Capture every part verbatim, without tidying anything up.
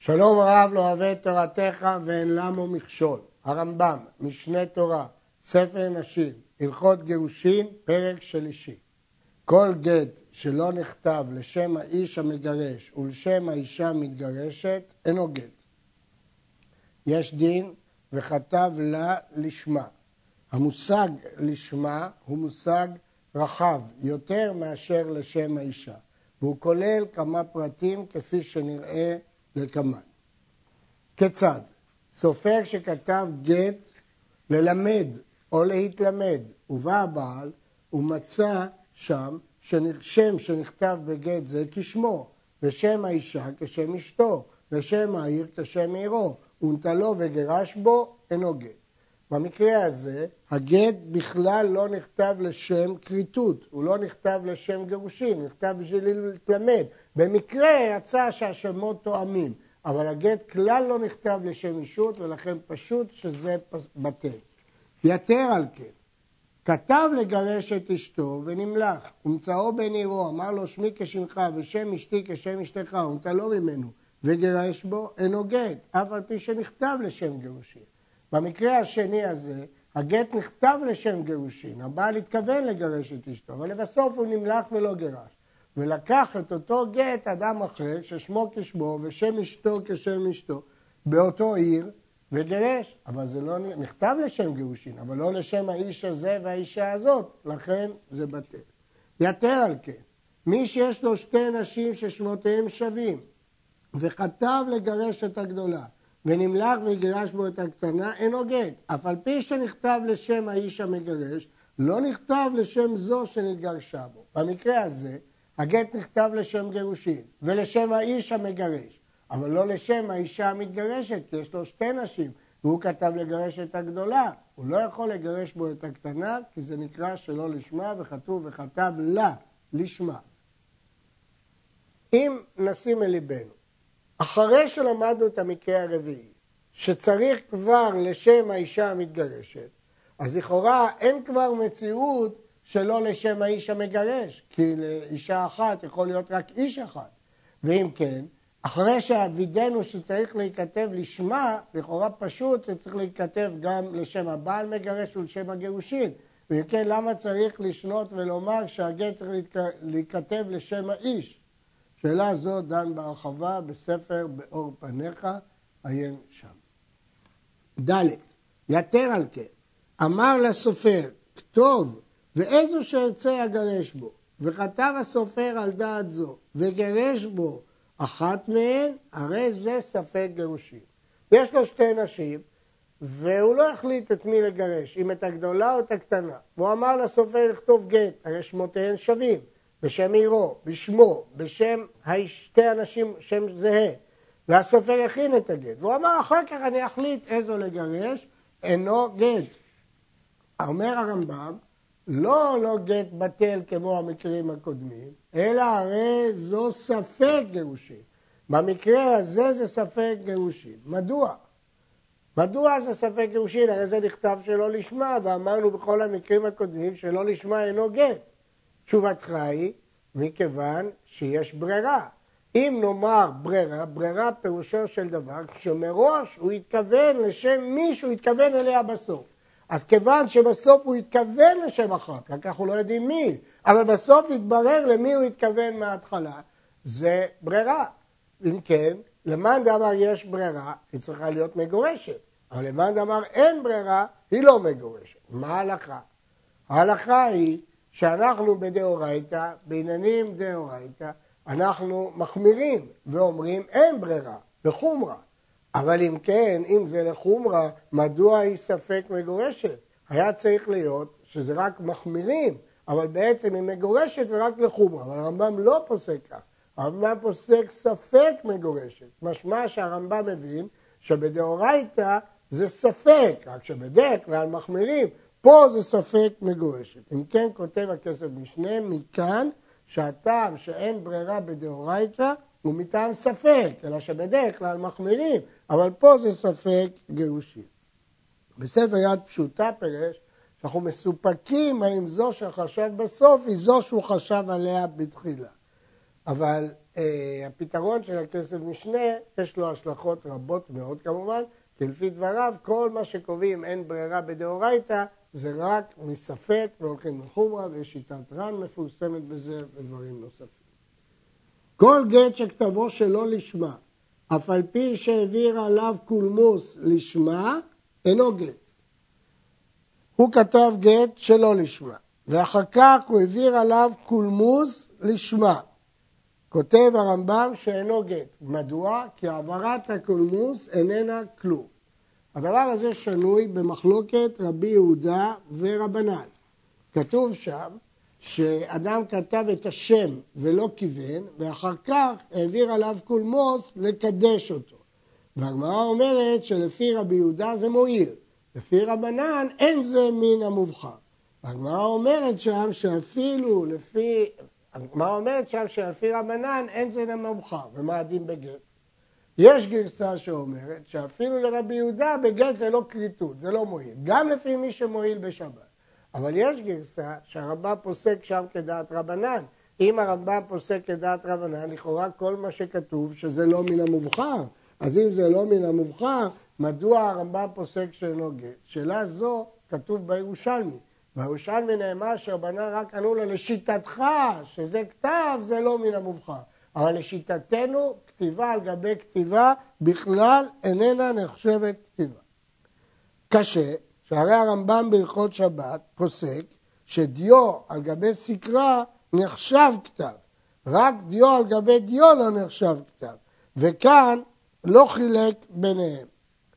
שלום רב לא אוהב את תורתך ואין למו מכשול. הרמב"ם, משנה תורה, ספר נשים, הלכות גירושין, פרק שלישי. כל גט שלא נכתב לשם האיש המגרש ולשם האישה המתגרשת, אינו גט. יש דין וכתב לה לשמה. המושג לשמה הוא מושג רחב יותר מאשר לשם האישה, והוא כולל כמה פרטים כפי שנראה לקמן. כיצד? סופר שכתב גט ללמד או להתלמד, ובא הבעל ומצא שם שם שנכתב בגט זה כשמו, ושם האישה כשם אשתו, ושם העיר כשם עירו, ונטלו וגרש בו, אינו גט. במקרה הזה, הגט בכלל לא נכתב לשם כריתות, הוא לא נכתב לשם גירושין, נכתב בשביל להתלמד. במקרה יצא שהשמות תואמים, אבל הגט כלל לא נכתב לשם אישות, ולכן פשוט שזה בטל. יתר על כן, כתב לגרש את אשתו ונמלך, ומצאו בן עירו, אמר לו שמי כשמך ושם אשתי כשם אשתך, ונטלו ממנו וגרש בו, אינו גט, אף על פי שנכתב לשם גירושין. במקרה השני הזה, הגט נכתב לשם גירושין, הבעל התכוון לגרש את אשתו, אבל לבסוף הוא נמלך ולא גרש. ולקח את אותו גט אדם אחר, ששמו כשמו ושם אשתו כשם אשתו, באותו עיר וגרש. אבל זה לא נכתב לשם גירושין, אבל לא לשם האיש הזה והאישה הזאת, לכן זה בטל. יתר על כן, מי שיש לו שתי נשים ששמותיהם שווים, וכתב לגרש את הגדולה, ונמלך וגירש בו את הקטנה, אינו גט. אף על פי שנכתב לשם האיש המגרש, לא נכתב לשם זו שנתגרשה בו. במקרה הזה, הגט נכתב לשם גירושין, ולשם האיש המגרש, אבל לא לשם האישה המתגרשת, כי יש לו שתי נשים, והוא כתב לגרש את הגדולה. הוא לא יכול לגרש בו את הקטנה, כי זה נקרא שלא לשמה, וכתוב וכתב לה, לשמה. אם נשים אל ליבנו, אחרי שלמדנו את המקרה הרביעי, שצריך כבר לשם האישה המתגרשת, אז לכאורה אין כבר מציאות שלא לשם האיש המגרש, כי לאישה אחת יכול להיות רק איש אחד. ואם כן, אחרי שהווידאנו שצריך להיכתב לשמה, לכאורה פשוט שצריך להיכתב גם לשם הבעל מגרש ולשם הגירושין. ואם כן, למה צריך לשנות ולומר שהגט צריך להיכתב לשם האיש? שאלה זו דן בהרחבה בספר באור פניך, עיין שם. ד' יתר על כן, אמר לסופר, כתוב, ואיזו שירצה אגרש בו, וכתב הסופר על דעת זו, וגרש בו אחת מהן, הרי זה ספק גירושין. יש לו שתי נשים, והוא לא החליט את מי לגרש, אם את הגדולה או את הקטנה. והוא אמר לסופר לכתוב גט, הרי שמותיהן שווים, בשם עירו, בשמו, בשם שתי אנשים, שם זהה. והסופר הכין את הגט. והוא אמר, אחר כך אני אחליט איזו לגרש, אינו גט. אומר הרמב"ם, לא לא גט בטל כמו המקרים הקודמים, אלא הרי זו ספק גירושין. במקרה הזה זה ספק גירושין. מדוע? מדוע זה ספק גירושין? הרי זה נכתב שלא לשמה, ואמרנו בכל המקרים הקודמים שלא לשמה אינו גט. תשובתך היא, מכיוון שיש ברירה. אם נאמר ברירה, ברירה פירושו של דבר, כשמראש הוא התכוון לשם מישהו, התכוון אליה בסוף. אז כיוון שבסוף הוא התכוון לשם אחר, כך אנחנו לא יודעים מי, אבל בסוף התברר למי הוא התכוון מההתחלה, זה ברירה. אם כן, למאן דאמר יש ברירה, היא צריכה להיות מגורשת, אבל למאן דאמר אין ברירה, היא לא מגורשת. מה ההלכה? ההלכה היא שאנחנו בדאורייתא, בעניינים דאורייתא, אנחנו מחמירים ואומרים אין ברירה, לחומרה. אבל אם כן, אם זה לחומרה, מדוע היא ספק מגורשת? היה צריך להיות שזה רק מחמירים, אבל בעצם היא מגורשת ורק לחומרה. אבל הרמב"ם לא פוסק כך. הרמב"ם פוסק ספק מגורשת. משמע שהרמב"ם מבין שבדאורייתא זה ספק, רק שבדרך כלל מחמירים. פה זה ספק מגורשת. אם כן, כותב הכסף משנה, מכאן שהטעם שאין ברירה בדאורייתא הוא מטעם ספק, אלא שבדרך כלל מחמירים, אבל פה זה ספק גירושין. בספר יד פשוטה פרש, שאנחנו מסופקים האם זו שחשב בסוף היא זו שהוא חשב עליה בתחילה. אבל הפתרון של הכסף משנה יש לו השלכות רבות מאוד כמובן, כי לפי דבריו כל מה שקובעים אין ברירה בדאורייתא זה רק מספק והולכים לחומרה, ויש שיטת ר"ן מפורסמת בזה ודברים נוספים. כל גט שכתבו שלא לשמה, אף על פי שהעביר עליו קולמוס לשמה, אינו גט. הוא כתב גט שלא לשמה, ואחר כך הוא העביר עליו קולמוס לשמה. כותב הרמב"ם שאינו גט. מדוע? כי העברת הקולמוס איננה כלום. הדבר הזה שנוי במחלוקת רבי יהודה ורבנן. כתוב שם שאדם כתב את השם ולא כיוון, ואחר כך העביר עליו קולמוס לקדש אותו. והגמרא אומרת שלפי רבי יהודה זה מועיל. לפי רבנן אין זה מן המובחר. הגמרא אומרת שם שאפילו לפי, הגמרא אומרת שם שלפי רבנן אין זה מן המובחר, ומה הדין בגט? יש גרסה שאומרת שאפילו לרבי יהודה בגט זה לא כריתות, זה לא מועיל. גם לפי מי שמועיל בשבת. אבל יש גרסה שהרמב"ם פוסק שם כדעת רבנן. אם הרמב"ם פוסק כדעת רבנן, לכאורה כל מה שכתוב שזה לא מן המובחר. אז אם זה לא מן המובחר, מדוע הרמב"ם פוסק שאינו גט? שאלה זו כתוב בירושלמי. בירושלמי נאמר שרבנן רק ענו לו לשיטתך, שזה כתב, זה לא מן המובחר. אבל לשיטתנו, כתיבה על גבי כתיבה בכלל איננה נחשבת כתיבה. קשה, שהרי הרמב"ם בהלכות שבת פוסק שדיו על גבי סקרה נחשב כתב. רק דיו על גבי דיו לא נחשב כתב. וכאן לא חילק ביניהם.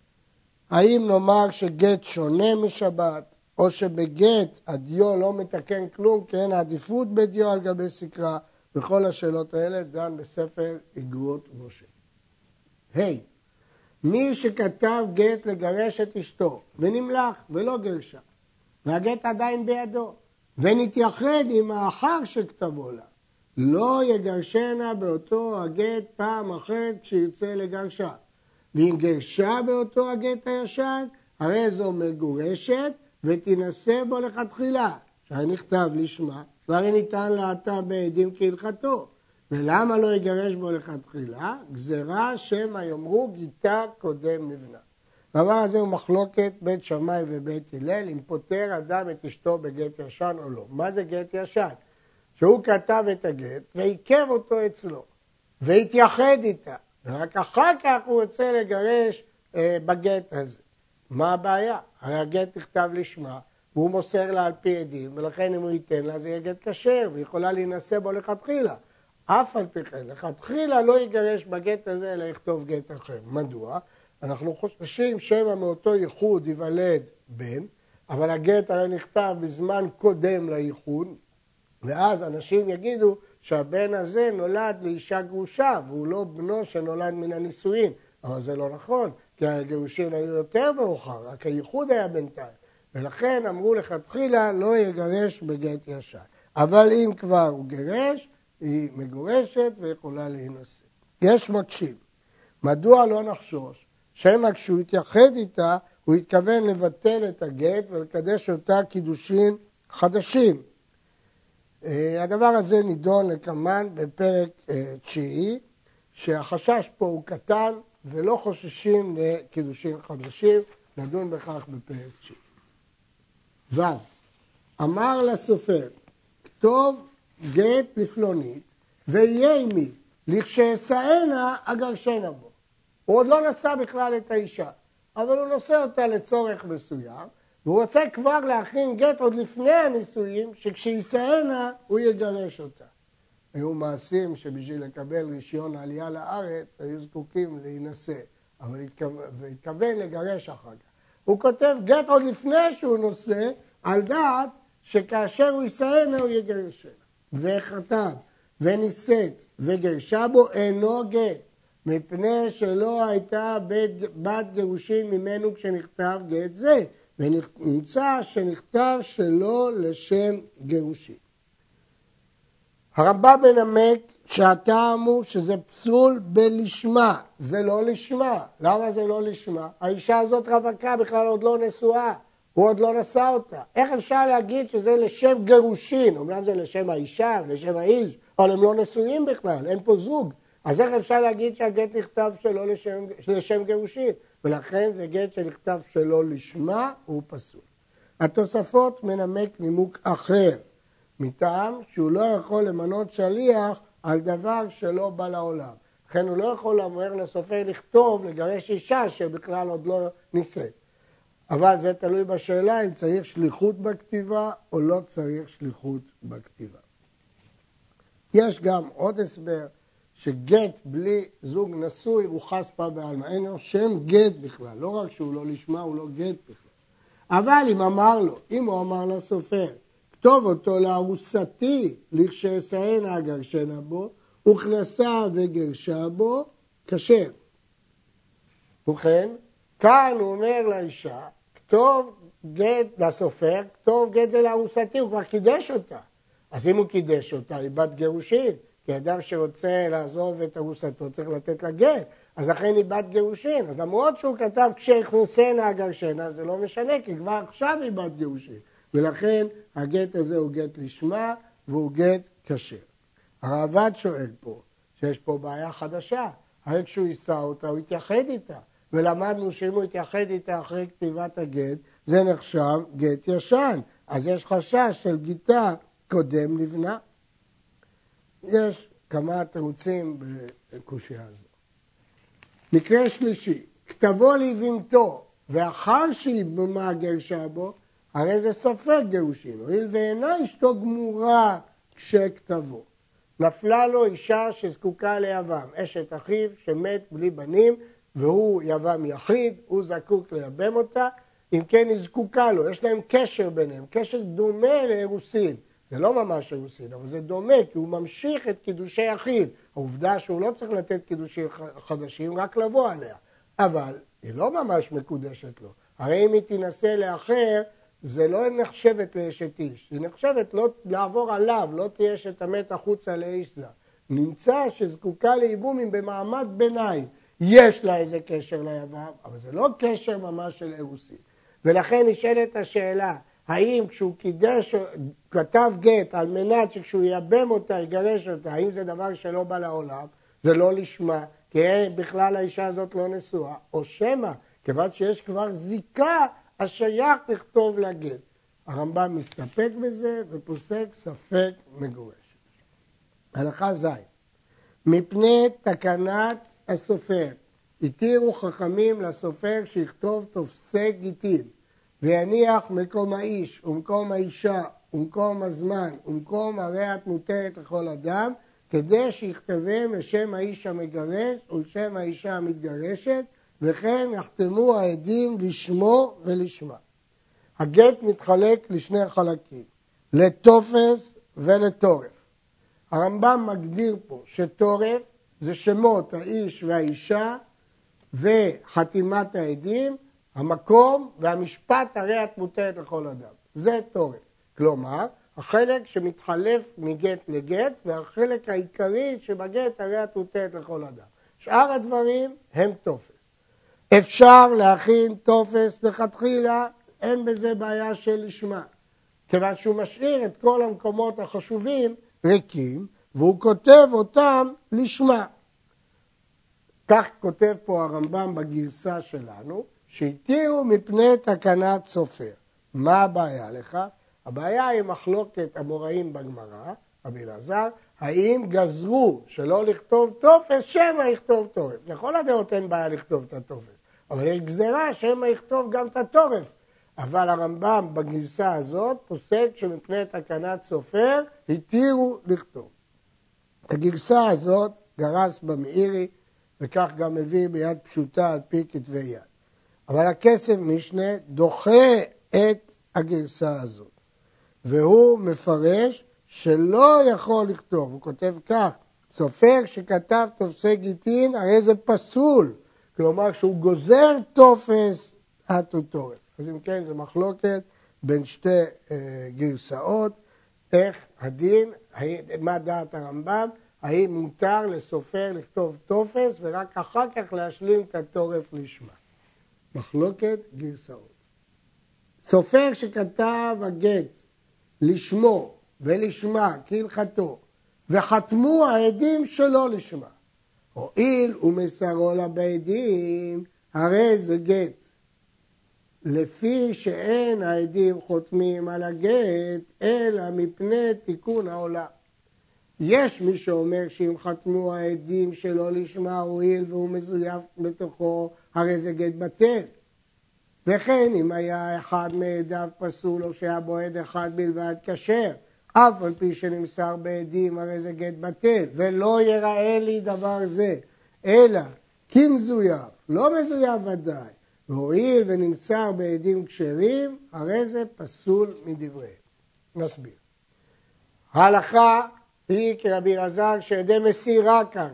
האם נאמר שגט שונה משבת, או שבגט הדיו לא מתקן כלום, כי אין עדיפות בדיו על גבי סקרה, בכל השאלות האלה דן בספר אגרות משה. היי, hey, מי שכתב גט לגרש את אשתו ונמלך ולא גרשה, והגט עדיין בידו, ונתייחד עם האחר שכתבו לה, לא יגרשנה באותו הגט פעם אחרת כשירצה לגרשה. ואם גרשה באותו הגט הישן, הרי זו מגורשת ותנסה בו לכתחילה, שהרי נכתב לשמה, והרי ניתן להטה בעדים כהלכתו. ולמה לא יגרש בו לכתחילה? גזרה שמא יאמרו גיתה קודם נבנה. הדבר הזה הוא מחלוקת בית שמאי ובית הלל, אם פוטר אדם את אשתו בגט ישן או לא. מה זה גט ישן? שהוא כתב את הגט ועיכב אותו אצלו, והתייחד איתה, ורק אחר כך הוא רוצה לגרש אה, בגט הזה. מה הבעיה? הרי הגט נכתב לשמה, והוא מוסר לה על פי עדים, ולכן אם הוא ייתן לה זה יהיה גט כשר, והיא יכולה להינשא בו לכתחילה. אף על פי כן, לכתחילה לא יגרש בגט הזה, אלא יכתוב גט אחר. מדוע? אנחנו חוששים שמא מאותו ייחוד ייוולד בן, אבל הגט הרי נכתב בזמן קודם לייחוד, ואז אנשים יגידו שהבן הזה נולד לאישה גרושה, והוא לא בנו שנולד מן הנישואין. אבל זה לא נכון, כי הגירושים היו יותר מאוחר, רק הייחוד היה בינתיים. ולכן אמרו לכתחילה לא יגרש בגט ישן. אבל אם כבר הוא גרש, היא מגורשת ויכולה להינשא. יש מקשים. מדוע לא נחשוש? שמא כשהוא יתייחד איתה, הוא התכוון לבטל את הגט ולקדש אותה קידושין חדשים. הדבר הזה נידון לכמן בפרק תשיעי, שהחשש פה הוא קטן ולא חוששים לקידושין חדשים, נדון בכך בפרק תשיעי. ו. אמר לסופר, כתוב גט לפלונית, ויהיה עמי, לכשאשאנה אגרשנה בו. הוא עוד לא נשא בכלל את האישה, אבל הוא נושא אותה לצורך מסוים, והוא רוצה כבר להכין גט עוד לפני הנישואים, שכשישאנה הוא יגרש אותה. היו מעשים שבשביל לקבל רישיון העלייה לארץ, היו זקוקים להינשא, אבל התכוון לגרש אחר כך. הוא כותב גט עוד לפני שהוא נושא, על דעת שכאשר הוא ישאנה הוא יגרשנה. וכתב, ונישאת, וגרשה בו אינו גט, מפני שלא הייתה בת גירושין ממנו כשנכתב גט זה, ונמצא שנכתב שלא לשם גירושין. הרמב"ם מנמק שהטעם הוא שזה פסול בלשמה, זה לא לשמה. למה זה לא לשמה? האישה הזאת רווקה בכלל עוד לא נשואה, הוא עוד לא נשא אותה. איך אפשר להגיד שזה לשם גירושין? אומנם זה לשם האישה ולשם האיש, אבל הם לא נשואים בכלל, אין פה זוג. אז איך אפשר להגיד שהגט נכתב שלא לשם, לשם גירושין? ולכן זה גט שנכתב שלא לשמה, הוא פסול. התוספות מנמק נימוק אחר, מטעם שהוא לא יכול למנות שליח על דבר שלא בא לעולם. לכן הוא לא יכול לאמר לסופר לכתוב, לגרש אישה שבכלל עוד לא נישאת. אבל זה תלוי בשאלה אם צריך שליחות בכתיבה או לא צריך שליחות בכתיבה. יש גם עוד הסבר שגט בלי זוג נשוי הוא חספא בעלמא, אין לו שם גט בכלל, לא רק שהוא לא לשמה, הוא לא גט בכלל. אבל אם אמר לו, אם הוא אמר לסופר, כתוב אותו לארוסתי, לכשאשאנה אגרשנה בו, וכנסה וגרשה בו, כשר. ובכן, כאן הוא אומר לאישה, כתוב גט לסופר, כתוב גט זה לארוסתי, הוא כבר קידש אותה. אז אם הוא קידש אותה, היא בת גירושין, כי אדם שרוצה לעזוב את ארוסתו צריך לתת לה גט, אז לכן היא בת גירושין. אז למרות שהוא כתב כשאכנסנה אגרשנה, זה לא משנה, כי כבר עכשיו היא בת גירושין. ולכן הגט הזה הוא גט לשמה, והוא גט כשר. הרעב"ד שואל פה, שיש פה בעיה חדשה, הרי כשהוא יישא אותה, הוא יתייחד איתה. ולמדנו שאם הוא יתייחד איתה אחרי כתיבת הגט, זה נחשב גט ישן. אז יש חשש של גיטה קודם לבנה. יש כמה תירוצים בקושיה הזו. מקרה שלישי, כתבו לבנתו, ואחר שהיא במה גרשה בו, הרי זה ספק גירושין, הואיל ואינה אשתו גמורה כשכתבו. נפלה לו אישה שזקוקה ליבם, אשת אחיו שמת בלי בנים, והוא יבם יחיד, הוא זקוק לייבם אותה, אם כן היא זקוקה לו, יש להם קשר ביניהם, קשר דומה לאירוסין. זה לא ממש אירוסין, אבל זה דומה, כי הוא ממשיך את קידושי אחיו. העובדה שהוא לא צריך לתת קידושים חדשים, רק לבוא עליה. אבל היא לא ממש מקודשת לו. הרי אם היא תנסה לאחר, זה לא נחשבת לאשת איש. היא נחשבת לא לעבור עליו, לא תהיה שתמת החוצה לאיש זה. נמצא שזקוקה לייבומים במעמד ביניים. יש לה איזה קשר ליבם, אבל זה לא קשר ממש של אירוסין. ולכן נשאלת השאלה, האם כשהוא קידש, כתב גט על מנת שכשהוא ייבם אותה, יגרש אותה, האם זה דבר שלא בא לעולם, זה לא לשמה, כי בכלל האישה הזאת לא נשואה, או שמה, כיוון שיש כבר זיקה השייך לכתוב לגט. הרמב"ם מסתפק בזה ופוסק ספק מגורש. הלכה ז' מפני תקנת הסופר, התירו חכמים לסופר שיכתוב תופסי גיטין, ויניח מקום האיש ומקום האישה ומקום הזמן ומקום הריאת מותרת לכל אדם, כדי שיכתבם לשם האיש המגרש ולשם האישה המתגרשת, וכן יחתמו העדים לשמו ולשמה. הגט מתחלק לשני חלקים, לתופס ולתורף. הרמב"ם מגדיר פה שתורף זה שמות האיש והאישה וחתימת העדים, המקום והמשפט הרי את מותרת לכל אדם. זה תורף. כלומר, החלק שמתחלף מגט לגט והחלק העיקרי שבגט הרי את מותרת לכל אדם. שאר הדברים הם תופס. אפשר להכין תופס לכתחילה, אין בזה בעיה של לשמה. כיוון שהוא משאיר את כל המקומות החשובים ריקים, והוא כותב אותם לשמה. כך כותב פה הרמב"ם בגרסה שלנו, שהתירו מפני תקנת סופר. מה הבעיה לכך? הבעיה היא מחלוקת המוראים בגמרא, רבי אלעזר, האם גזרו שלא לכתוב תופס, שמא יכתוב תורף. לכל הדעות אין בעיה לכתוב את התופס, אבל יש גזרה שמא יכתוב גם את התורף. אבל הרמב"ם בגרסה הזאת פוסק שמפני תקנת סופר התירו לכתוב. את הגרסה הזאת גרס במאירי, וכך גם מביא ביד פשוטה על פי כתבי יד. אבל הכסף משנה דוחה את הגרסה הזאת, והוא מפרש שלא יכול לכתוב. הוא כותב כך, סופר שכתב תופסי גיטין, הרי זה פסול. כלומר, שהוא גוזר תופס התותורת. אז אם כן, זה מחלוקת בין שתי אה, גרסאות, איך הדין, מה דעת הרמב"ם, האם מותר לסופר לכתוב תופס ורק אחר כך להשלים את התורף לשמה. מחלוקת גרסאות. סופר שכתב הגט לשמו ולשמה כהלכתו, וחתמו העדים שלא לשמה. הואיל ומסרו לבעדים, הרי זה גט. לפי שאין העדים חותמים על הגט, אלא מפני תיקון העולם. יש מי שאומר שאם חתמו העדים שלא לשמה, הואיל והוא מזויף בתוכו, הרי זה גט בטל. וכן אם היה אחד מעדיו פסול או שהיה בו עד אחד בלבד כשר, אף על פי שנמסר בעדים, הרי זה גט בטל, ולא יראה לי דבר זה, אלא כי מזויף, לא מזויף ודאי, והואיל ונמסר בעדים כשרים, הרי זה פסול מדבריהם. נסביר. ההלכה היא כרבי אלעזר שעדי מסירה קרקע.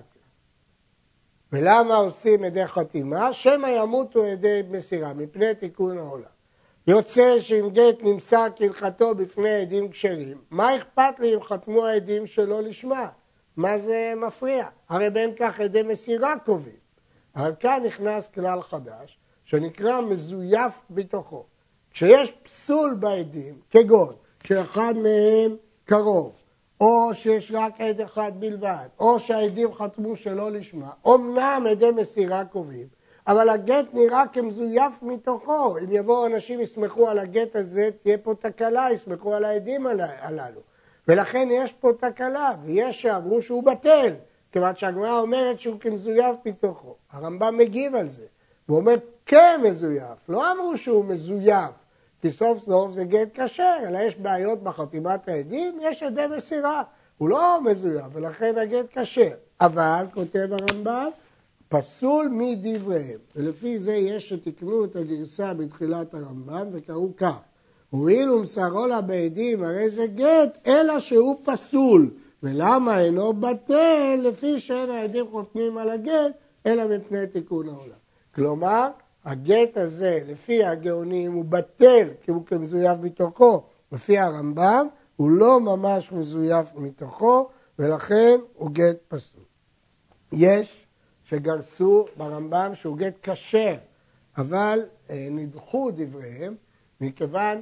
ולמה עושים עדי חתימה? שמא ימותו עדי מסירה, מפני תיקון העולם. יוצא שאם גט נמסר כהלכתו בפני עדים כשרים, מה אכפת לי אם חתמו העדים שלא לשמה? מה זה מפריע? הרי בין כך עדי מסירה קובעים. אבל כאן נכנס כלל חדש, שנקרא מזויף בתוכו. כשיש פסול בעדים, כגון שאחד מהם קרוב, או שיש רק עד אחד בלבד, או שהעדים חתמו שלא לשמה, אומנם עדי מסירה קובעים, אבל הגט נראה כמזויף מתוכו. אם יבואו אנשים יסמכו על הגט הזה, תהיה פה תקלה, יסמכו על העדים הללו. ולכן יש פה תקלה, ויש שאמרו שהוא בטל, כיוון שהגמרא אומרת שהוא כמזויף מתוכו. הרמב"ם מגיב על זה, הוא אומר כמזויף, לא אמרו שהוא מזויף, כי סוף סוף זה גט כשר, אלא יש בעיות בחתימת העדים, יש עדי מסירה, הוא לא מזויף, ולכן הגט כשר. אבל, כותב הרמב"ם, פסול מדבריהם, ולפי זה יש שתקנו את הגרסה בתחילת הרמב"ם וקראו כך, הואיל ומסרו לבעדים הרי זה גט, אלא שהוא פסול, ולמה אינו בטל לפי שאין העדים חותמים על הגט, אלא מפני תיקון העולם. כלומר, הגט הזה לפי הגאונים הוא בטל כי הוא כמזויף מתוכו, לפי הרמב"ם הוא לא ממש מזויף מתוכו, ולכן הוא גט פסול. יש שגרסו ברמב"ם שהוא גט כשר, אבל אה, נדחו דבריהם, מכיוון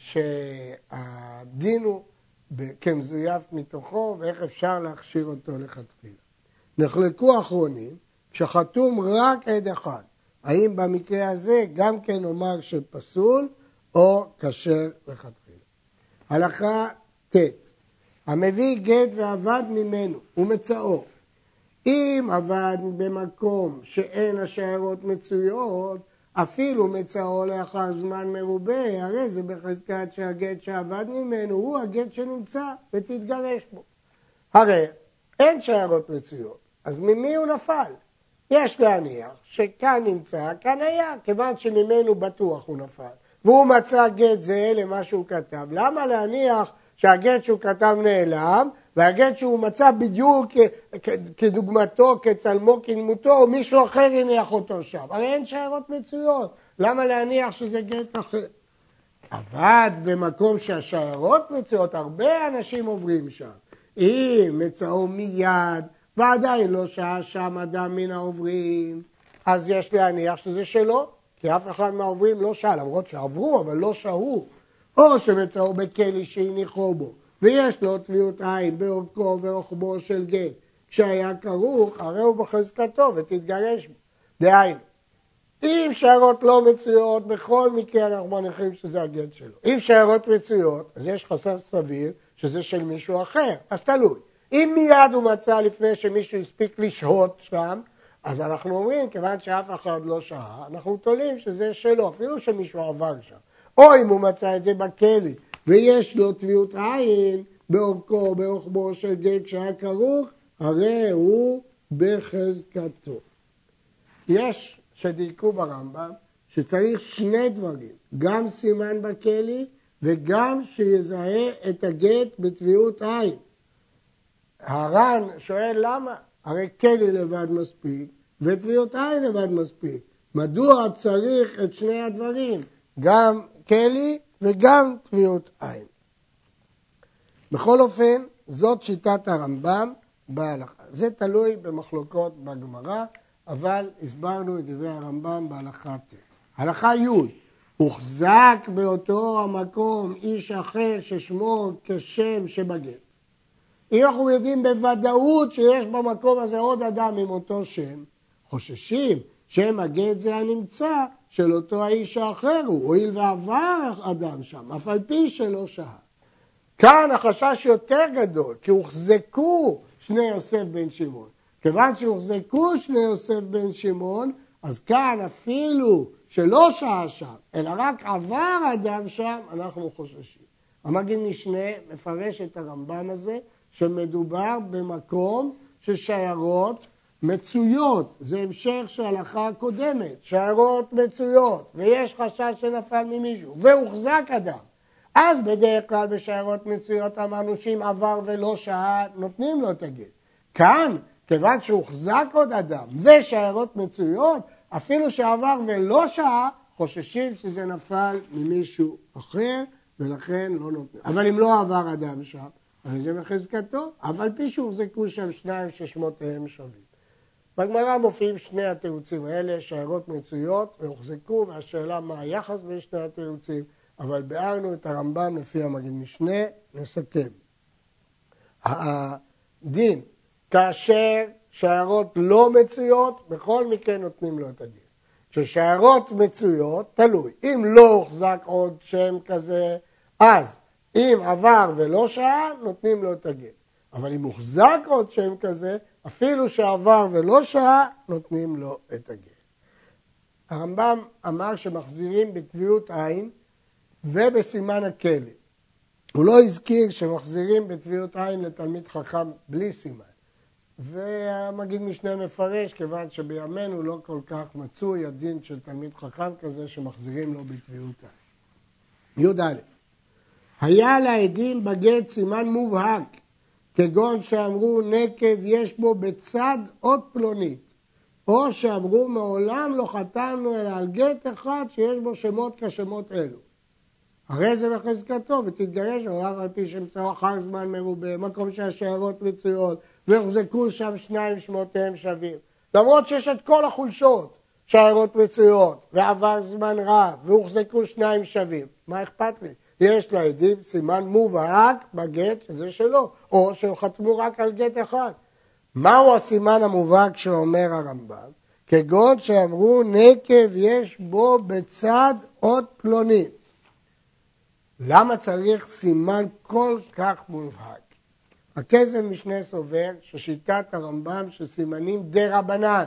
שהדין הוא כמזויף מתוכו, ואיך אפשר להכשיר אותו לכתחילה. נחלקו אחרונים, כשחתום רק עד אחד, האם במקרה הזה גם כן נאמר שפסול או כשר לכתחילה. הלכה ט' המביא גט ועבד ממנו ומצאו, אם עבד במקום שאין השיירות מצויות, אפילו מצאו לאחר זמן מרובה, הרי זה בחזקת שהגט שעבד ממנו הוא הגט שנמצא ותתגרש בו. הרי אין שיירות מצויות, אז ממי הוא נפל? יש להניח שכאן נמצא, כאן היה, כיוון שממנו בטוח הוא נפל. והוא מצא גט זהה למה שהוא כתב. למה להניח שהגט שהוא כתב נעלם, והגט שהוא מצא בדיוק כדוגמתו, כצלמו, כדמותו, או מישהו אחר הניח אותו שם? הרי אין שיירות מצויות. למה להניח שזה גט אחר? עבד במקום שהשיירות מצויות, הרבה אנשים עוברים שם. אם מצאו מיד, ועדיין לא שעה שם אדם מן העוברים, אז יש להניח שזה שלו, כי אף אחד מהעוברים לא שעה, למרות שעברו, אבל לא שהו. או שמצאו בכלי שהניחו בו, ויש לו טביעות עין באורכו ורוחבו של גט, כשהיה כרוך, הרי הוא בחזקתו ותתגרש בו. דהיינו, אם שיירות לא מצויות, בכל מקרה אנחנו מניחים שזה הגט שלו. אם שיירות מצויות, אז יש חשש סביר שזה של מישהו אחר, אז תלוי. אם מיד הוא מצא לפני שמישהו הספיק לשהות שם, אז אנחנו אומרים, כיוון שאף אחד לא שעה, אנחנו תולים שזה שלו, אפילו שמישהו עבר שם. או אם הוא מצא את זה בכלי, ויש לו טביעות עין באורכו, ברוחבו של גט שהיה כרוך, הרי הוא בחזקתו. יש שדייקו ברמב"ם שצריך שני דברים, גם סימן בכלי וגם שיזהה את הגט בטביעות עין. הר"ן שואל למה? הרי כלי לבד מספיק וטביעות עין לבד מספיק. מדוע צריך את שני הדברים? גם כלי וגם טביעות עין. בכל אופן, זאת שיטת הרמב"ם בהלכה. זה תלוי במחלוקות בגמרא, אבל הסברנו את דברי הרמב"ם בהלכה ט'. הלכה י' הוחזק באותו המקום איש אחר ששמו כשם שבגט. אם אנחנו יודעים בוודאות שיש במקום הזה עוד אדם עם אותו שם, חוששים שם הגט זה הנמצא של אותו האיש האחר הוא, הואיל ועבר אדם שם, אף על פי שלא שהה. כאן החשש יותר גדול, כי הוחזקו שני יוסף בן שמעון. כיוון שהוחזקו שני יוסף בן שמעון, אז כאן אפילו שלא שהה שם, אלא רק עבר אדם שם, אנחנו חוששים. המגיד משנה מפרש את הרמב"ם הזה, שמדובר במקום ששיירות מצויות, זה המשך של ההלכה הקודמת, שיירות מצויות, ויש חשש שנפל ממישהו, והוחזק אדם. אז בדרך כלל בשיירות מצויות אמרנו שאם עבר ולא שהה, נותנים לו את הגט. כאן, כיוון שהוחזק עוד אדם ושיירות מצויות, אפילו שעבר ולא שהה, חוששים שזה נפל ממישהו אחר, ולכן לא נותנים. אבל אם לא עבר אדם שם, הרי זה בחזקתו, אבל פי שהוחזקו שם שניים ששמותיהם שווים. בגמרא מופיעים שני התירוצים האלה, שיירות מצויות והוחזקו, והשאלה מה היחס בין שני התירוצים, אבל ביארנו את הרמב"ם לפי המגיד משנה, נסכם. הדין, כאשר שיירות לא מצויות, בכל מקרה נותנים לו את הדין. כששיירות מצויות, תלוי. אם לא הוחזק עוד שם כזה, אז אם עבר ולא שעה, נותנים לו את הגט. אבל אם הוחזק עוד שם כזה, אפילו שעבר ולא שעה, נותנים לו את הגט. הרמב"ם אמר שמחזירים בטביעות עין ובסימן הכלא. הוא לא הזכיר שמחזירים בטביעות עין לתלמיד חכם בלי סימן. והמגיד משנה מפרש, כיוון שבימינו לא כל כך מצוי הדין של תלמיד חכם כזה שמחזירים לו בטביעות עין. י"א היה לעדים בגט סימן מובהק, כגון שאמרו נקב יש בו בצד עוד פלונית, או שאמרו מעולם לא חתמנו אלא על גט אחד שיש בו שמות כשמות אלו. הרי זה בחזקתו ותתגרש עליו על פי שמצאו אחר זמן מרובה, מקום שהשיירות מצויות, והוחזקו שם שניים שמותיהם שווים. למרות שיש את כל החולשות, שיירות מצויות, ועבר זמן רב, והוחזקו שניים שווים. מה אכפת לי? יש לעדים סימן מובהק בגט שזה שלו, או שהם חתמו רק על גט אחד. מהו הסימן המובהק שאומר הרמב"ם? כגון שאמרו נקב יש בו בצד עוד פלוני. למה צריך סימן כל כך מובהק? הכסף משנה סובר ששיטת הרמב"ם שסימנים דרבנן,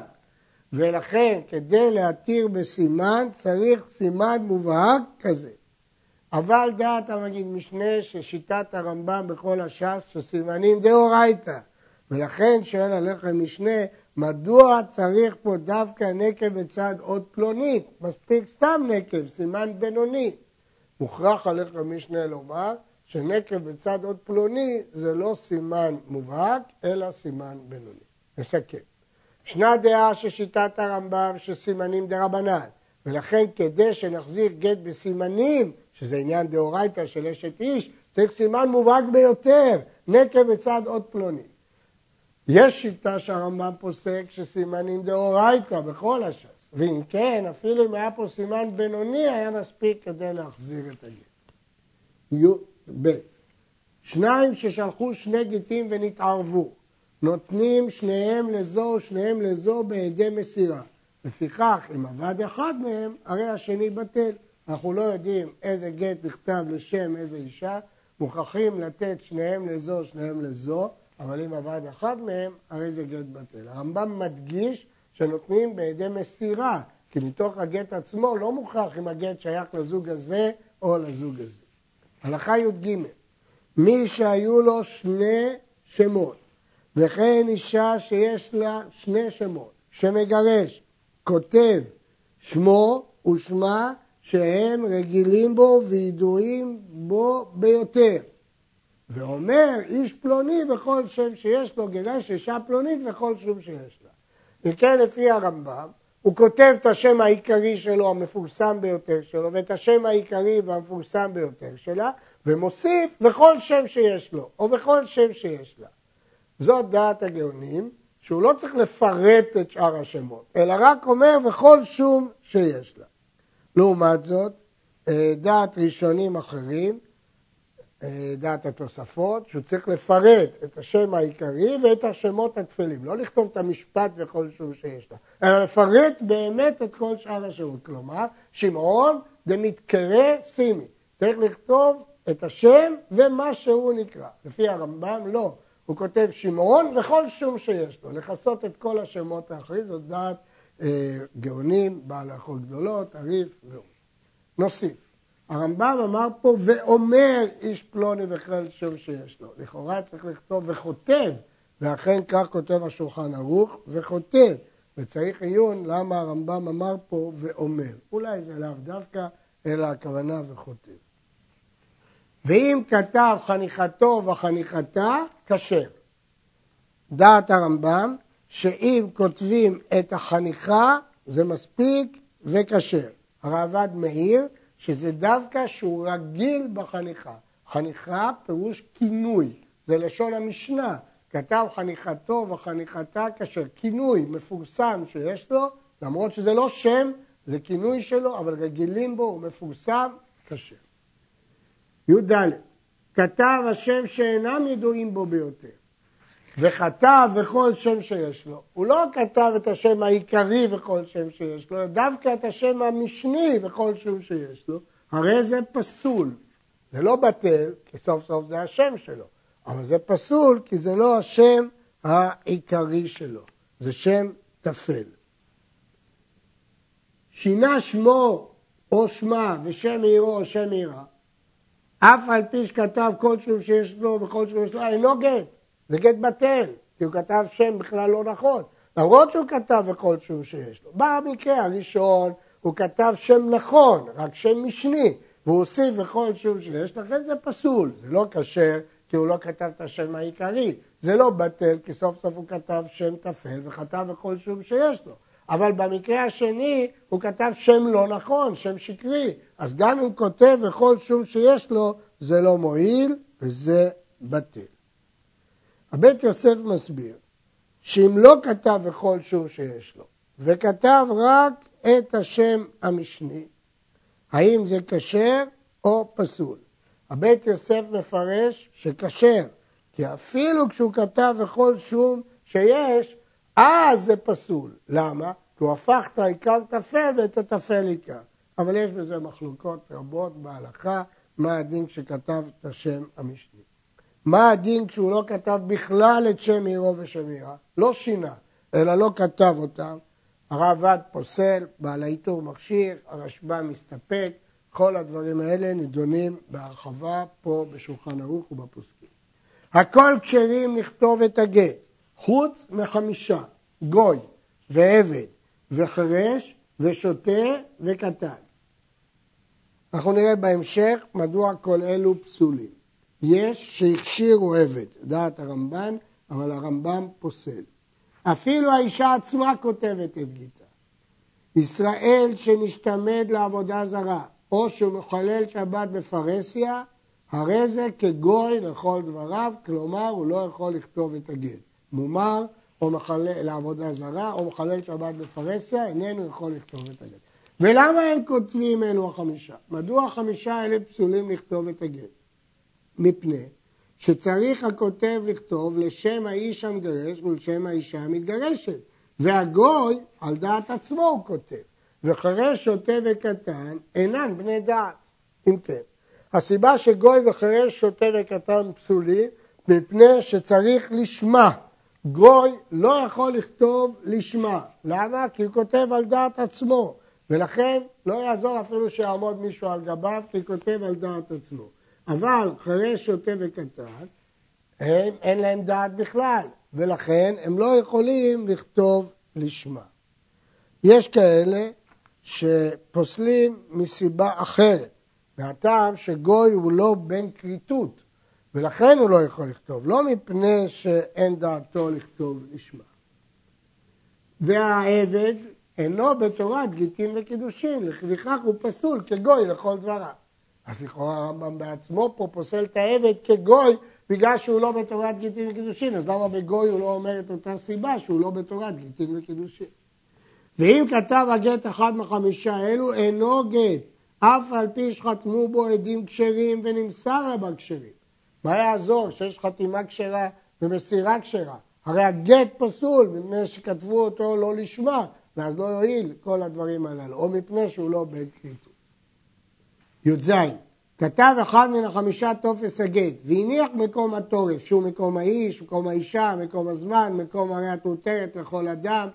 ולכן כדי להתיר בסימן צריך סימן מובהק כזה. אבל דעת המגיד משנה ששיטת הרמב"ם בכל הש"ס שסימנים דאורייתא, ולכן שואל הלחם משנה מדוע צריך פה דווקא נקב בצד עוד פלונית, מספיק סתם נקב, סימן בינוני. מוכרח הלחם משנה לומר שנקב בצד עוד פלוני זה לא סימן מובהק אלא סימן בינוני. נסכם. ישנה דעה ששיטת הרמב"ם שסימנים דרבנן, ולכן כדי שנחזיר גט בסימנים, שזה עניין דאורייתא של אשת איש, צריך סימן מובהק ביותר, נקב בצד עוד פלוני. יש שיטה שהרמב"ם פוסק שסימנים דאורייתא בכל הש"ס, ואם כן, אפילו אם היה פה סימן בינוני, היה מספיק כדי להחזיר את הגט. י"ב שניים ששלחו שני גטים ונתערבו, נותנים שניהם לזו ושניהם לזו בעדי מסירה. לפיכך, אם עבד אחד מהם, הרי השני בטל. אנחנו לא יודעים איזה גט נכתב לשם איזה אישה, מוכרחים לתת שניהם לזו, שניהם לזו, אבל אם עבד אחד מהם, הרי זה גט בטל. הרמב"ם מדגיש שנותנים בעדי מסירה, כי מתוך הגט עצמו לא מוכרח אם הגט שייך לזוג הזה או לזוג הזה. הלכה י"ג מי שהיו לו שני שמות, וכן אישה שיש לה שני שמות, שמגרש, כותב שמו ושמה שהם רגילים בו וידועים בו ביותר. ואומר איש פלוני וכל שם שיש לו, גירש אישה פלונית וכל שם שיש לה. וכן לפי הרמב"ם, הוא כותב את השם העיקרי שלו, המפורסם ביותר שלו, ואת השם העיקרי והמפורסם ביותר שלה, ומוסיף וכל שם שיש לו, או וכל שם שיש לה. זאת דעת הגאונים, שהוא לא צריך לפרט את שאר השמות, אלא רק אומר וכל שום שיש לה. לעומת זאת, דעת ראשונים אחרים, דעת התוספות, שהוא צריך לפרט את השם העיקרי ואת השמות התפלים. לא לכתוב את המשפט וכל שום שיש לה, אלא לפרט באמת את כל שאר השמות. כלומר, שמעון דמתקרא שימי. צריך לכתוב את השם ומה שהוא נקרא. לפי הרמב"ם לא. הוא כותב שמעון וכל שום שיש לו. לחסות את כל השמות האחרים, זאת דעת אה, גאונים, בעל הלכות גדולות, עריף ועוד. נוסיף. הרמב"ם אמר פה, ואומר איש פלוני וכל שם שיש לו. לכאורה צריך לכתוב וכותב, ואכן כך כותב השולחן ערוך, וכותב. וצריך עיון למה הרמב"ם אמר פה ואומר. אולי זה לאו דווקא, אלא הכוונה וכותב. ואם כתב חניכתו וחניכתה, כשר. דעת הרמב"ם, שאם כותבים את החניכה, זה מספיק וכשר. הרעב"ד מעיר, שזה דווקא שהוא רגיל בחניכה. חניכה פירוש כינוי, זה לשון המשנה. כתב חניכתו וחניכתה כאשר כינוי מפורסם שיש לו, למרות שזה לא שם, זה כינוי שלו, אבל רגילים בו, הוא מפורסם, כאשר. י"ד, כתב השם שאינם ידועים בו ביותר, וכתב וכל שם שיש לו. הוא לא כתב את השם העיקרי וכל שם שיש לו, דווקא את השם המשני וכל שם שיש לו, הרי זה פסול. זה לא בטל, כי סוף סוף זה השם שלו, אבל זה פסול כי זה לא השם העיקרי שלו, זה שם תפל. שינה שמו או שמה ושם עירו או שם עירה, אף על פי שכתב כל שם שיש לו וכל שם שיש לו, אינו גט. זה גט בטל, כי הוא כתב שם בכלל לא נכון. למרות שהוא כתב וכל שם שיש לו. במקרה הראשון הוא כתב שם נכון, רק שם משני, והוא הוסיף וכל שם שיש, לכן זה פסול. זה לא כשר, כי הוא לא כתב את השם העיקרי. זה לא בטל, כי סוף סוף הוא כתב שם תפל וכתב וכל שם שיש לו. אבל במקרה השני הוא כתב שם לא נכון, שם שקרי. אז גם אם כותב וכל שם שיש לו, זה לא מועיל וזה בטל. הבית יוסף מסביר שאם לא כתב וכל שם שיש לו, וכתב רק את השם המשני, האם זה כשר או פסול? הבית יוסף מפרש שכשר, כי אפילו כשהוא כתב וכל שם שיש, אז זה פסול. למה? כי הוא הפך את העיקר תפל ואת התפל עיקר. אבל יש בזה מחלוקות רבות בהלכה, מה הדין כשכתב את השם המשני. מה הדין כשהוא לא כתב בכלל את שם עירו ושם עירה? לא שינה, אלא לא כתב אותם. הרעב"ד פוסל, בעל העיטור מכשיר, הרשב"ם מסתפק, כל הדברים האלה נידונים בהרחבה פה בשולחן ערוך ובפוסקים. הכל כשרים לכתוב את הגט, חוץ מחמישה, גוי ועבד וחרש ושוטה וקטן. אנחנו נראה בהמשך מדוע כל אלו פסולים. יש שהכשירו עבד, דעת הרמב"ן, אבל הרמב"ם פוסל. אפילו האישה עצמה כותבת את גיטה. ישראל שנשתמד לעבודה זרה, או שהוא מחלל שבת בפרסיה, הרי זה כגוי לכל דבריו, כלומר הוא לא יכול לכתוב את הגט. מומר או מחלל לעבודה זרה, או מחלל שבת בפרסיה, איננו יכול לכתוב את הגט. ולמה הם כותבים אלו החמישה? מדוע החמישה האלה פסולים לכתוב את הגט? מפני שצריך הכותב לכתוב לשם האיש המגרש ולשם האישה המתגרשת. והגוי על דעת עצמו הוא כותב. וחרש, שוטה וקטן אינן בני דעת. אם כן, הסיבה שגוי וחרש, שוטה וקטן פסולים, מפני שצריך לשמה. גוי לא יכול לכתוב לשמה. למה? כי הוא כותב על דעת עצמו. ולכן לא יעזור אפילו שיעמוד מישהו על גביו, כי הוא כותב על דעת עצמו. אבל חרש, שוטה וקטן, הם, אין להם דעת בכלל, ולכן הם לא יכולים לכתוב לשמה. יש כאלה שפוסלים מסיבה אחרת, מהטעם שגוי הוא לא בן כריתות, ולכן הוא לא יכול לכתוב, לא מפני שאין דעתו לכתוב לשמה. והעבד אינו בתורת גיטין וקידושין, לכך הוא פסול כגוי לכל דבריו. אז לכאורה הרמב"ם בעצמו פה פוסל את העבד כגוי, בגלל שהוא לא בתורת גיטין וקידושין, אז למה בגוי הוא לא אומר את אותה סיבה שהוא לא בתורת גיטין וקידושין? ואם כתב הגט אחד מחמישה אלו, אינו גט, אף על פי שחתמו בו עדים כשרים ונמסר לה בכשרים. מה יעזור שיש חתימה כשרה ומסירה כשרה? הרי הגט פסול מפני שכתבו אותו לא לשמה, ואז לא יועיל כל הדברים הללו, או מפני שהוא לא בן כריתות. י"ז, כתב אחד מן החמישה טופס הגט, והניח מקום הטורף, שהוא מקום האיש, מקום האישה, מקום הזמן, מקום הרי התותרת לכל אדם,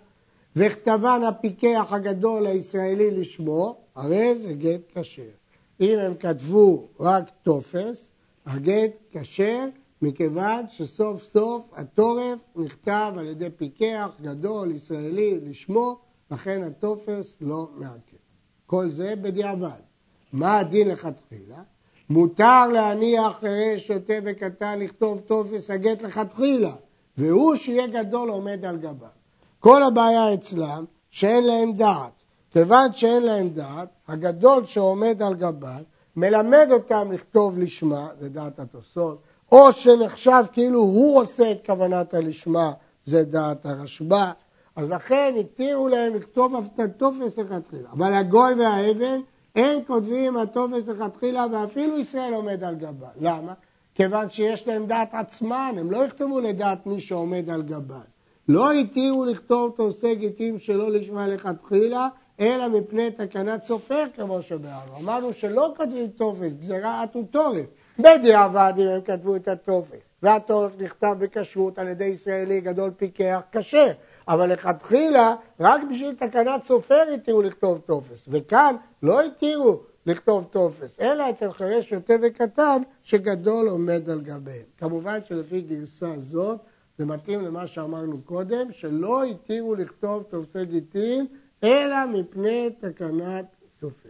וכתבן הפיקח הגדול הישראלי לשמו, הרי זה גט כשר. אם הם כתבו רק טופס, הגט כשר, מכיוון שסוף סוף הטורף נכתב על ידי פיקח גדול ישראלי לשמו, לכן הטופס לא מעכב. כל זה בדיעבד. מה הדין לכתחילה? מותר להניח אחרי שוטה וקטן לכתוב טופס הגט לכתחילה, והוא שיהיה גדול עומד על גבה. כל הבעיה אצלם שאין להם דעת. כיוון שאין להם דעת, הגדול שעומד על גבה מלמד אותם לכתוב לשמה, זה דעת התוספות, או שנחשב כאילו הוא עושה את כוונת הלשמה, זה דעת הרשב"א. אז לכן התירו להם לכתוב את הטופס לכתחילה. אבל הגוי והאבן אין כותבים הטופס לכתחילה, ואפילו ישראל עומד על גבה. למה? כיוון שיש להם דעת עצמן, הם לא יכתבו לדעת מי שעומד על גבה. לא התירו לכתוב טופסי גיטים שלא לשמה לכתחילה, אלא מפני תקנת סופר כמו שבאנו. אמרנו שלא כותבים טופס, גזירה עט וטורף. בדיעבד אם הם כתבו את הטופס, והטופס נכתב בכשרות על ידי ישראלי גדול פיקח כשר, אבל לכתחילה רק בשביל תקנת סופר התירו לכתוב טופס, וכאן לא התירו לכתוב טופס, אלא אצל חירש שוטה וקטן שגדול עומד על גביהם. כמובן שלפי גרסה זאת זה מתאים למה שאמרנו קודם, שלא התירו לכתוב טופסי גיטין אלא מפני תקנת סופר.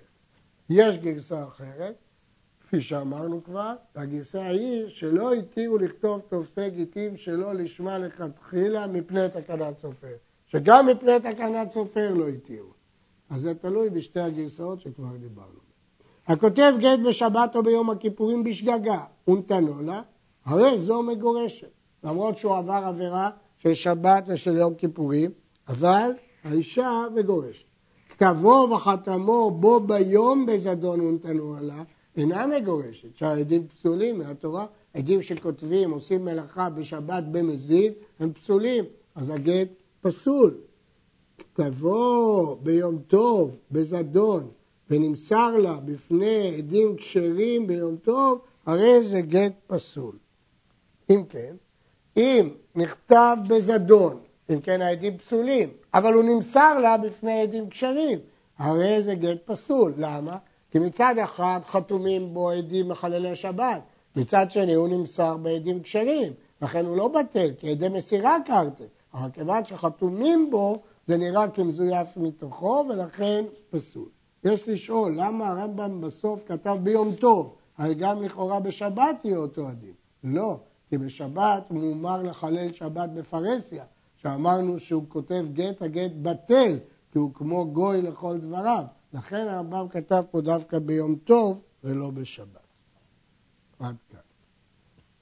יש גרסה אחרת, כפי שאמרנו כבר, והגרסה היא שלא התירו לכתוב טופסי גיטים שלא לשמה לכתחילה מפני תקנת סופר. שגם מפני תקנת סופר לא התירו. אז זה תלוי בשתי הגרסאות שכבר דיברנו. הכותב גט בשבת או ביום הכיפורים בשגגה, ונתנו לה, הרי זו מגורשת. למרות שהוא עבר עבירה של שבת ושל יום כיפורים, אבל האישה מגורשת. כתבו וחתמו בו ביום בזדון ונתנו לה, אינה מגורשת, שהעדים פסולים מהתורה, עדים שכותבים, עושים מלאכה בשבת במזיד, הם פסולים, אז הגט פסול. כתבו ביום טוב, בזדון, ונמסר לה בפני עדים כשרים ביום טוב, הרי זה גט פסול. אם כן, אם נכתב בזדון, אם כן העדים פסולים, אבל הוא נמסר לה בפני עדים כשרים, הרי זה גט פסול. למה? כי מצד אחד חתומים בו עדים מחללי שבת, מצד שני הוא נמסר בעדים כשרים, לכן הוא לא בטל, כי עדי מסירה קרתי, אבל כיוון שחתומים בו, זה נראה כמזויף מתוכו, ולכן פסול. יש לשאול, למה הרמב"ם בסוף כתב ביום טוב, הרי גם לכאורה בשבת יהיה אותו הדין? לא, כי בשבת הוא מומר לחלל שבת בפרסיה, שאמרנו שהוא כותב גט, הגט בטל, כי הוא כמו גוי לכל דבריו. לכן הרמב"ם כתב פה דווקא ביום טוב ולא בשבת. עד כאן.